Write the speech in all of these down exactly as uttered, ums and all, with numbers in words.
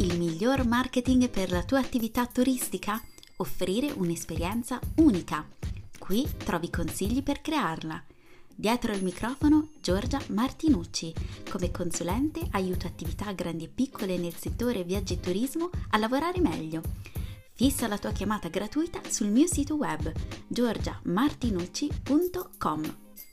Il miglior marketing per la tua attività turistica? Offrire un'esperienza unica. Qui trovi consigli per crearla. Dietro il microfono Giorgia Martinucci. Come consulente aiuto attività grandi e piccole nel settore viaggi e turismo a lavorare meglio. Fissa la tua chiamata gratuita sul mio sito web giorgia martinucci punto com.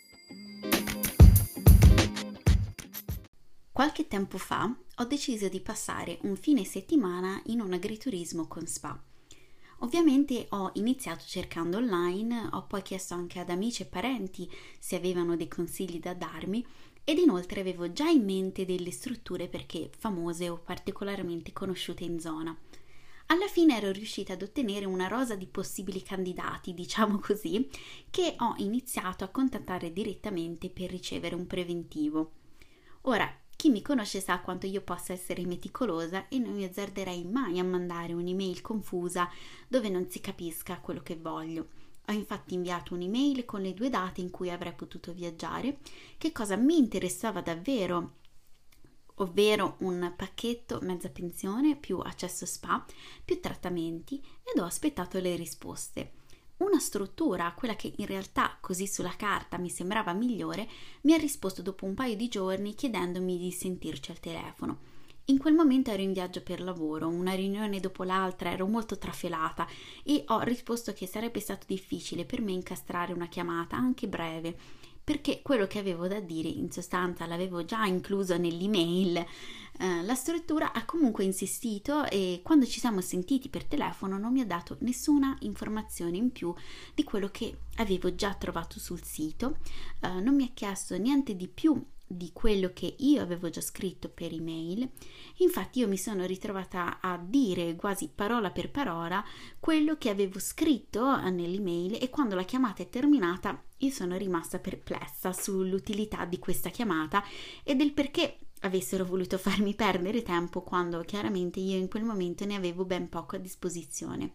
Qualche tempo fa ho deciso di passare un fine settimana in un agriturismo con spa. Ovviamente ho iniziato cercando online, ho poi chiesto anche ad amici e parenti se avevano dei consigli da darmi ed inoltre avevo già in mente delle strutture perché famose o particolarmente conosciute in zona. Alla fine ero riuscita ad ottenere una rosa di possibili candidati, diciamo così, che ho iniziato a contattare direttamente per ricevere un preventivo. Ora, chi mi conosce sa quanto io possa essere meticolosa e non mi azzarderei mai a mandare un'email confusa dove non si capisca quello che voglio. Ho infatti inviato un'email con le due date in cui avrei potuto viaggiare, che cosa mi interessava davvero, ovvero un pacchetto mezza pensione più accesso spa, più trattamenti, ed ho aspettato le risposte. Una struttura, quella che in realtà così sulla carta mi sembrava migliore, mi ha risposto dopo un paio di giorni chiedendomi di sentirci al telefono. In quel momento ero in viaggio per lavoro, una riunione dopo l'altra, ero molto trafelata e ho risposto che sarebbe stato difficile per me incastrare una chiamata, anche breve, perché quello che avevo da dire in sostanza l'avevo già incluso nell'email. Eh, la struttura ha comunque insistito e quando ci siamo sentiti per telefono non mi ha dato nessuna informazione in più di quello che avevo già trovato sul sito, eh, non mi ha chiesto niente di più di quello che io avevo già scritto per email. Infatti io mi sono ritrovata a dire quasi parola per parola quello che avevo scritto nell'email e quando la chiamata è terminata io sono rimasta perplessa sull'utilità di questa chiamata e del perché avessero voluto farmi perdere tempo quando chiaramente io in quel momento ne avevo ben poco a disposizione.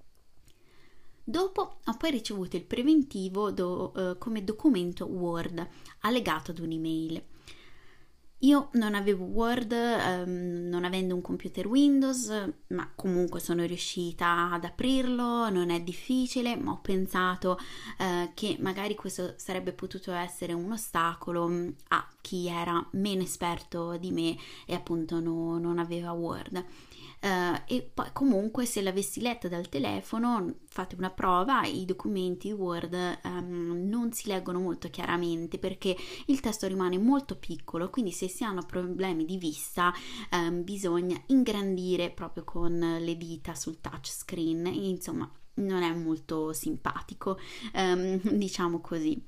Dopo ho poi ricevuto il preventivo do, eh, come documento Word allegato ad un'email. Io non avevo Word, ehm, non avendo un computer Windows, ma comunque sono riuscita ad aprirlo, non è difficile, ma ho pensato eh, che magari questo sarebbe potuto essere un ostacolo a chi era meno esperto di me e appunto no, non aveva Word. Uh, e poi comunque se l'avessi letta dal telefono, fate una prova, i documenti Word um, non si leggono molto chiaramente perché il testo rimane molto piccolo, quindi se si hanno problemi di vista um, bisogna ingrandire proprio con le dita sul touchscreen e insomma non è molto simpatico, um, diciamo così.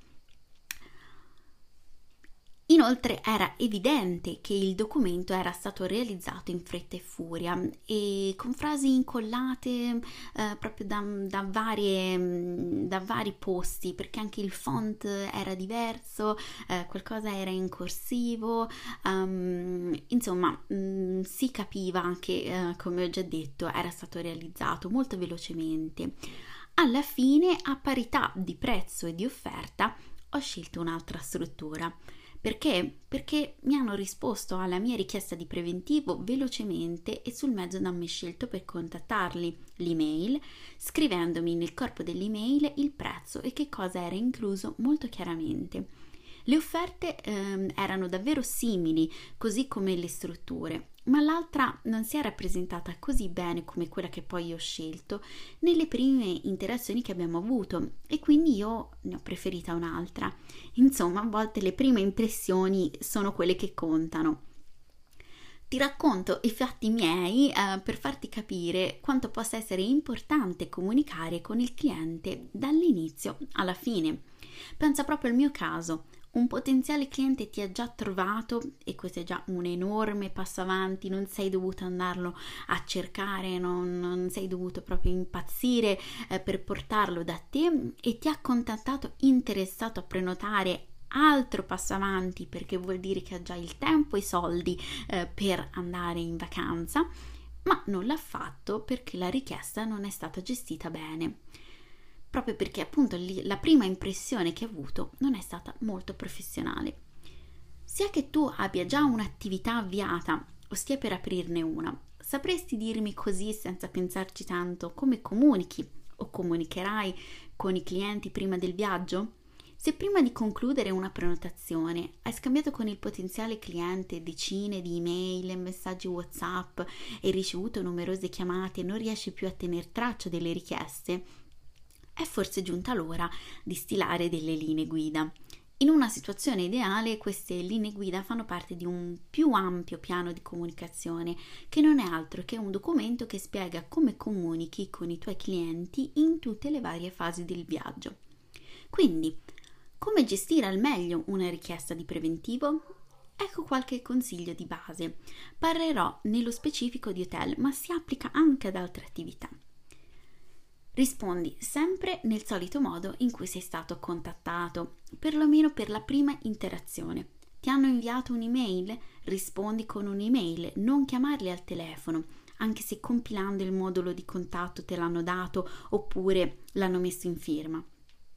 Inoltre era evidente che il documento era stato realizzato in fretta e furia e con frasi incollate eh, proprio da, da, varie, da vari posti, perché anche il font era diverso, eh, qualcosa era in corsivo, um, insomma mh, si capiva che, eh, come ho già detto, era stato realizzato molto velocemente. Alla fine, a parità di prezzo e di offerta, ho scelto un'altra struttura. Perché? Perché mi hanno risposto alla mia richiesta di preventivo velocemente e sul mezzo da me scelto per contattarli, l'email, scrivendomi nel corpo dell'email il prezzo e che cosa era incluso molto chiaramente. Le offerte ehm, erano davvero simili, così come le strutture, ma l'altra non si era presentata così bene come quella che poi ho scelto nelle prime interazioni che abbiamo avuto e quindi io ne ho preferita un'altra. Insomma, a volte le prime impressioni sono quelle che contano. Ti racconto i fatti miei eh, per farti capire quanto possa essere importante comunicare con il cliente dall'inizio alla fine. Pensa proprio al mio caso. Un potenziale cliente ti ha già trovato e questo è già un enorme passo avanti, non sei dovuto andarlo a cercare, non, non sei dovuto proprio impazzire eh, per portarlo da te e ti ha contattato interessato a prenotare. Altro passo avanti perché vuol dire che ha già il tempo e i soldi eh, per andare in vacanza, ma non l'ha fatto perché la richiesta non è stata gestita bene. Proprio perché appunto la prima impressione che ho avuto non è stata molto professionale. Sia che tu abbia già un'attività avviata o stia per aprirne una, sapresti dirmi così, senza pensarci tanto, come comunichi o comunicherai con i clienti prima del viaggio? Se prima di concludere una prenotazione hai scambiato con il potenziale cliente decine di email e messaggi WhatsApp e ricevuto numerose chiamate e non riesci più a tener traccia delle richieste, è forse giunta l'ora di stilare delle linee guida. In una situazione ideale, queste linee guida fanno parte di un più ampio piano di comunicazione, che non è altro che un documento che spiega come comunichi con i tuoi clienti in tutte le varie fasi del viaggio. Quindi, come gestire al meglio una richiesta di preventivo? Ecco qualche consiglio di base. Parlerò nello specifico di hotel, ma si applica anche ad altre attività. Rispondi sempre nel solito modo in cui sei stato contattato, perlomeno per la prima interazione. Ti hanno inviato un'email? Rispondi con un'email, non chiamarli al telefono, anche se compilando il modulo di contatto te l'hanno dato oppure l'hanno messo in firma.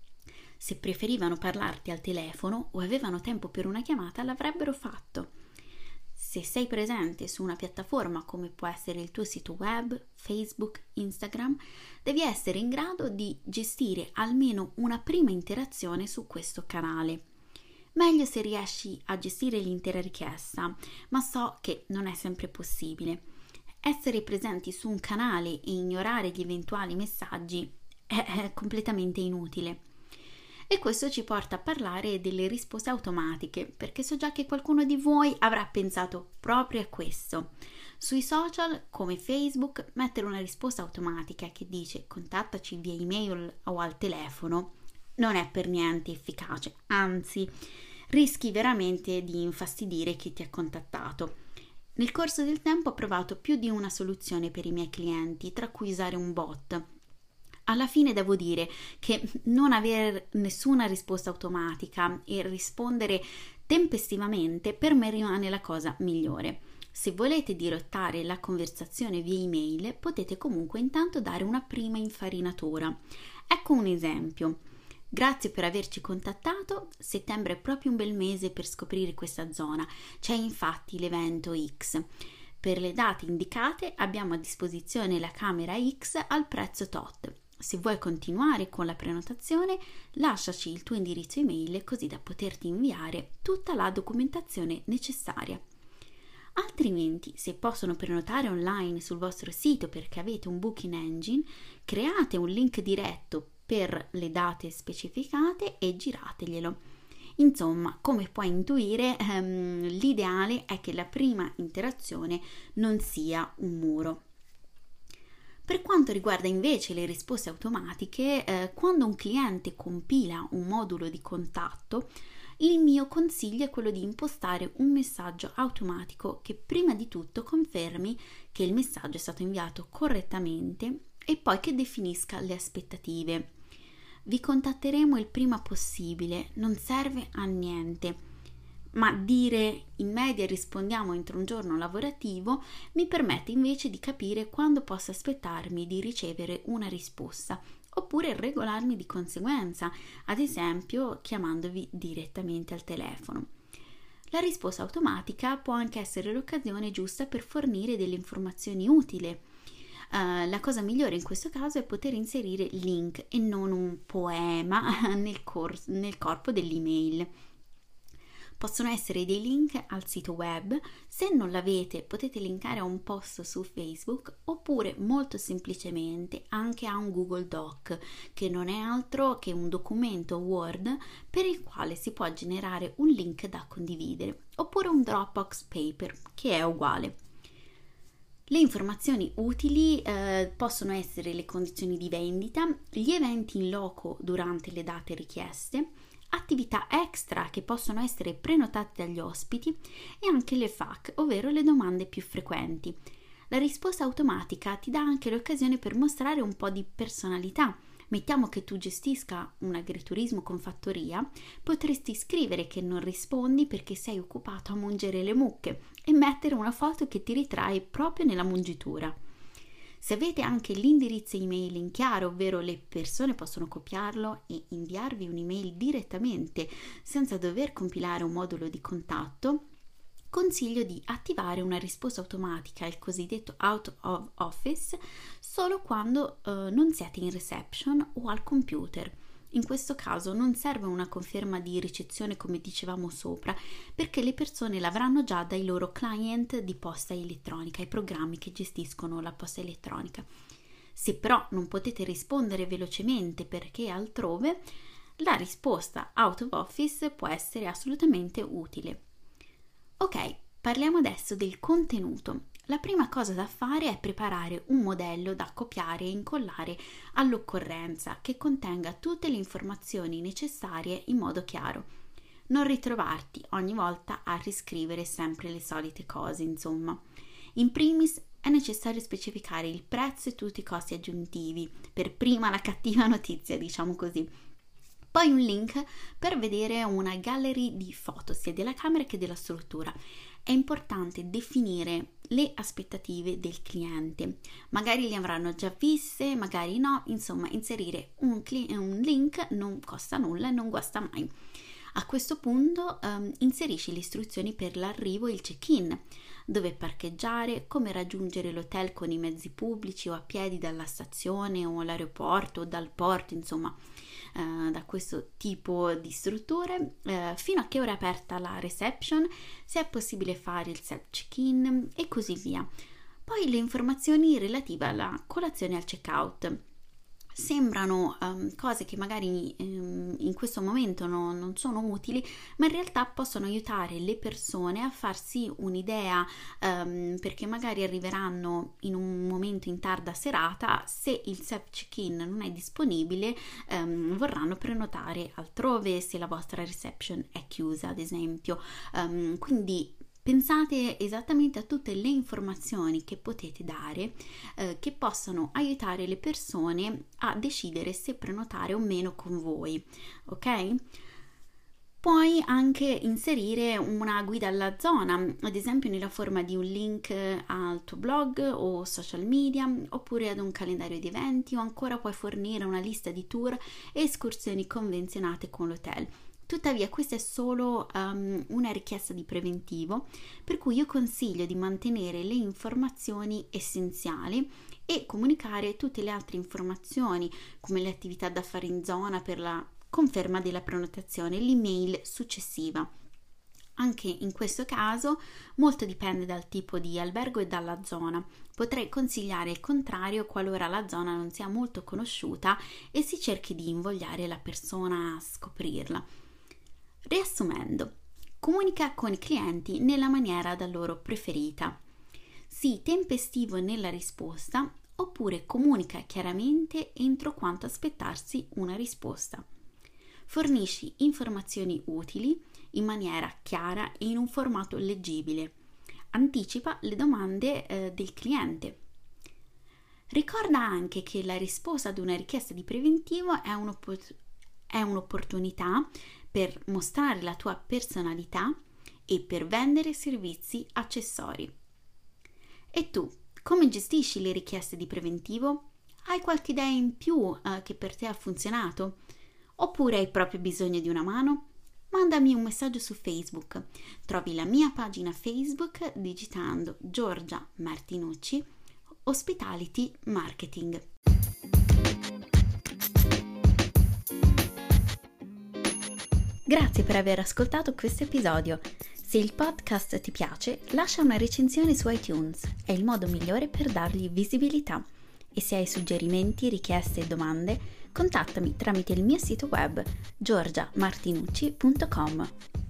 Se preferivano parlarti al telefono o avevano tempo per una chiamata, l'avrebbero fatto. Se sei presente su una piattaforma come può essere il tuo sito web, Facebook, Instagram, devi essere in grado di gestire almeno una prima interazione su questo canale. Meglio se riesci a gestire l'intera richiesta, ma so che non è sempre possibile. Essere presenti su un canale e ignorare gli eventuali messaggi è, è completamente inutile. E questo ci porta a parlare delle risposte automatiche, perché so già che qualcuno di voi avrà pensato proprio a questo. Sui social, come Facebook, mettere una risposta automatica che dice contattaci via email o al telefono non è per niente efficace, anzi, rischi veramente di infastidire chi ti ha contattato. Nel corso del tempo ho provato più di una soluzione per i miei clienti, tra cui usare un bot. Alla fine devo dire che non avere nessuna risposta automatica e rispondere tempestivamente per me rimane la cosa migliore. Se volete dirottare la conversazione via email, potete comunque intanto dare una prima infarinatura. Ecco un esempio. Grazie per averci contattato, settembre è proprio un bel mese per scoprire questa zona. C'è infatti l'evento X. Per le date indicate abbiamo a disposizione la camera X al prezzo tot. Se vuoi continuare con la prenotazione, lasciaci il tuo indirizzo email così da poterti inviare tutta la documentazione necessaria. Altrimenti, se possono prenotare online sul vostro sito perché avete un booking engine, create un link diretto per le date specificate e girateglielo. Insomma, come puoi intuire, ehm, l'ideale è che la prima interazione non sia un muro. Per quanto riguarda invece le risposte automatiche, eh, quando un cliente compila un modulo di contatto, il mio consiglio è quello di impostare un messaggio automatico che prima di tutto confermi che il messaggio è stato inviato correttamente e poi che definisca le aspettative. Vi contatteremo il prima possibile, non serve a niente. Ma dire in media rispondiamo entro un giorno lavorativo mi permette invece di capire quando posso aspettarmi di ricevere una risposta oppure regolarmi di conseguenza, ad esempio chiamandovi direttamente al telefono. La risposta automatica può anche essere l'occasione giusta per fornire delle informazioni utili. Uh, la cosa migliore in questo caso è poter inserire link e non un poema nel, cor- nel corpo dell'email. Possono essere dei link al sito web, se non l'avete potete linkare a un post su Facebook oppure molto semplicemente anche a un Google Doc, che non è altro che un documento Word per il quale si può generare un link da condividere, oppure un Dropbox Paper che è uguale. Le informazioni utili eh, possono essere le condizioni di vendita, gli eventi in loco durante le date richieste, attività extra che possono essere prenotate dagli ospiti e anche le F A Q, ovvero le domande più frequenti. La risposta automatica ti dà anche l'occasione per mostrare un po' di personalità. Mettiamo che tu gestisca un agriturismo con fattoria, potresti scrivere che non rispondi perché sei occupato a mungere le mucche e mettere una foto che ti ritrae proprio nella mungitura. Se avete anche l'indirizzo email in chiaro, ovvero le persone possono copiarlo e inviarvi un'email direttamente senza dover compilare un modulo di contatto, consiglio di attivare una risposta automatica, il cosiddetto out of office, solo quando eh, non siete in reception o al computer. In questo caso non serve una conferma di ricezione come dicevamo sopra, perché le persone l'avranno già dai loro client di posta elettronica, i programmi che gestiscono la posta elettronica. Se però non potete rispondere velocemente perché è altrove, la risposta out of office può essere assolutamente utile. Ok, parliamo adesso del contenuto. La prima cosa da fare è preparare un modello da copiare e incollare all'occorrenza che contenga tutte le informazioni necessarie in modo chiaro. Non ritrovarti ogni volta a riscrivere sempre le solite cose, insomma. In primis è necessario specificare il prezzo e tutti i costi aggiuntivi, per prima la cattiva notizia, diciamo così. Poi un link per vedere una gallery di foto sia della camera che della struttura. È importante definire le aspettative del cliente. Magari le avranno già viste, magari no, insomma inserire un, cli- un link non costa nulla e non guasta mai. A questo punto um, inserisci le istruzioni per l'arrivo e il check-in, dove parcheggiare, come raggiungere l'hotel con i mezzi pubblici o a piedi dalla stazione o all'aeroporto o dal porto, insomma uh, da questo tipo di strutture, uh, fino a che ora è aperta la reception, se è possibile fare il self-check-in e così via. Poi le informazioni relative alla colazione e al check-out. Sembrano um, cose che magari um, in questo momento no, non sono utili, ma in realtà possono aiutare le persone a farsi un'idea, um, perché magari arriveranno in un momento in tarda serata. Se il self check-in non è disponibile, um, vorranno prenotare altrove se la vostra reception è chiusa, ad esempio. Um, quindi pensate esattamente a tutte le informazioni che potete dare eh, che possano aiutare le persone a decidere se prenotare o meno con voi, ok? Puoi anche inserire una guida alla zona, ad esempio nella forma di un link al tuo blog o social media, oppure ad un calendario di eventi, o ancora puoi fornire una lista di tour e escursioni convenzionate con l'hotel. Tuttavia questa è solo um, una richiesta di preventivo, per cui io consiglio di mantenere le informazioni essenziali e comunicare tutte le altre informazioni, come le attività da fare in zona per la conferma della prenotazione, l'email successiva. Anche in questo caso molto dipende dal tipo di albergo e dalla zona. Potrei consigliare il contrario qualora la zona non sia molto conosciuta e si cerchi di invogliare la persona a scoprirla. Riassumendo, comunica con i clienti nella maniera da loro preferita. Sii tempestivo nella risposta oppure comunica chiaramente entro quanto aspettarsi una risposta. Fornisci informazioni utili in maniera chiara e in un formato leggibile. Anticipa le domande eh, del cliente. Ricorda anche che la risposta ad una richiesta di preventivo è, un'oppor- è un'opportunità per mostrare la tua personalità e per vendere servizi accessori. E tu, come gestisci le richieste di preventivo? Hai qualche idea in più eh, che per te ha funzionato? Oppure hai proprio bisogno di una mano? Mandami un messaggio su Facebook. Trovi la mia pagina Facebook digitando Giorgia Martinucci, Hospitality Marketing. Grazie per aver ascoltato questo episodio. Se il podcast ti piace, lascia una recensione su iTunes, è il modo migliore per dargli visibilità. E se hai suggerimenti, richieste e domande, contattami tramite il mio sito web giorgia martinucci punto com.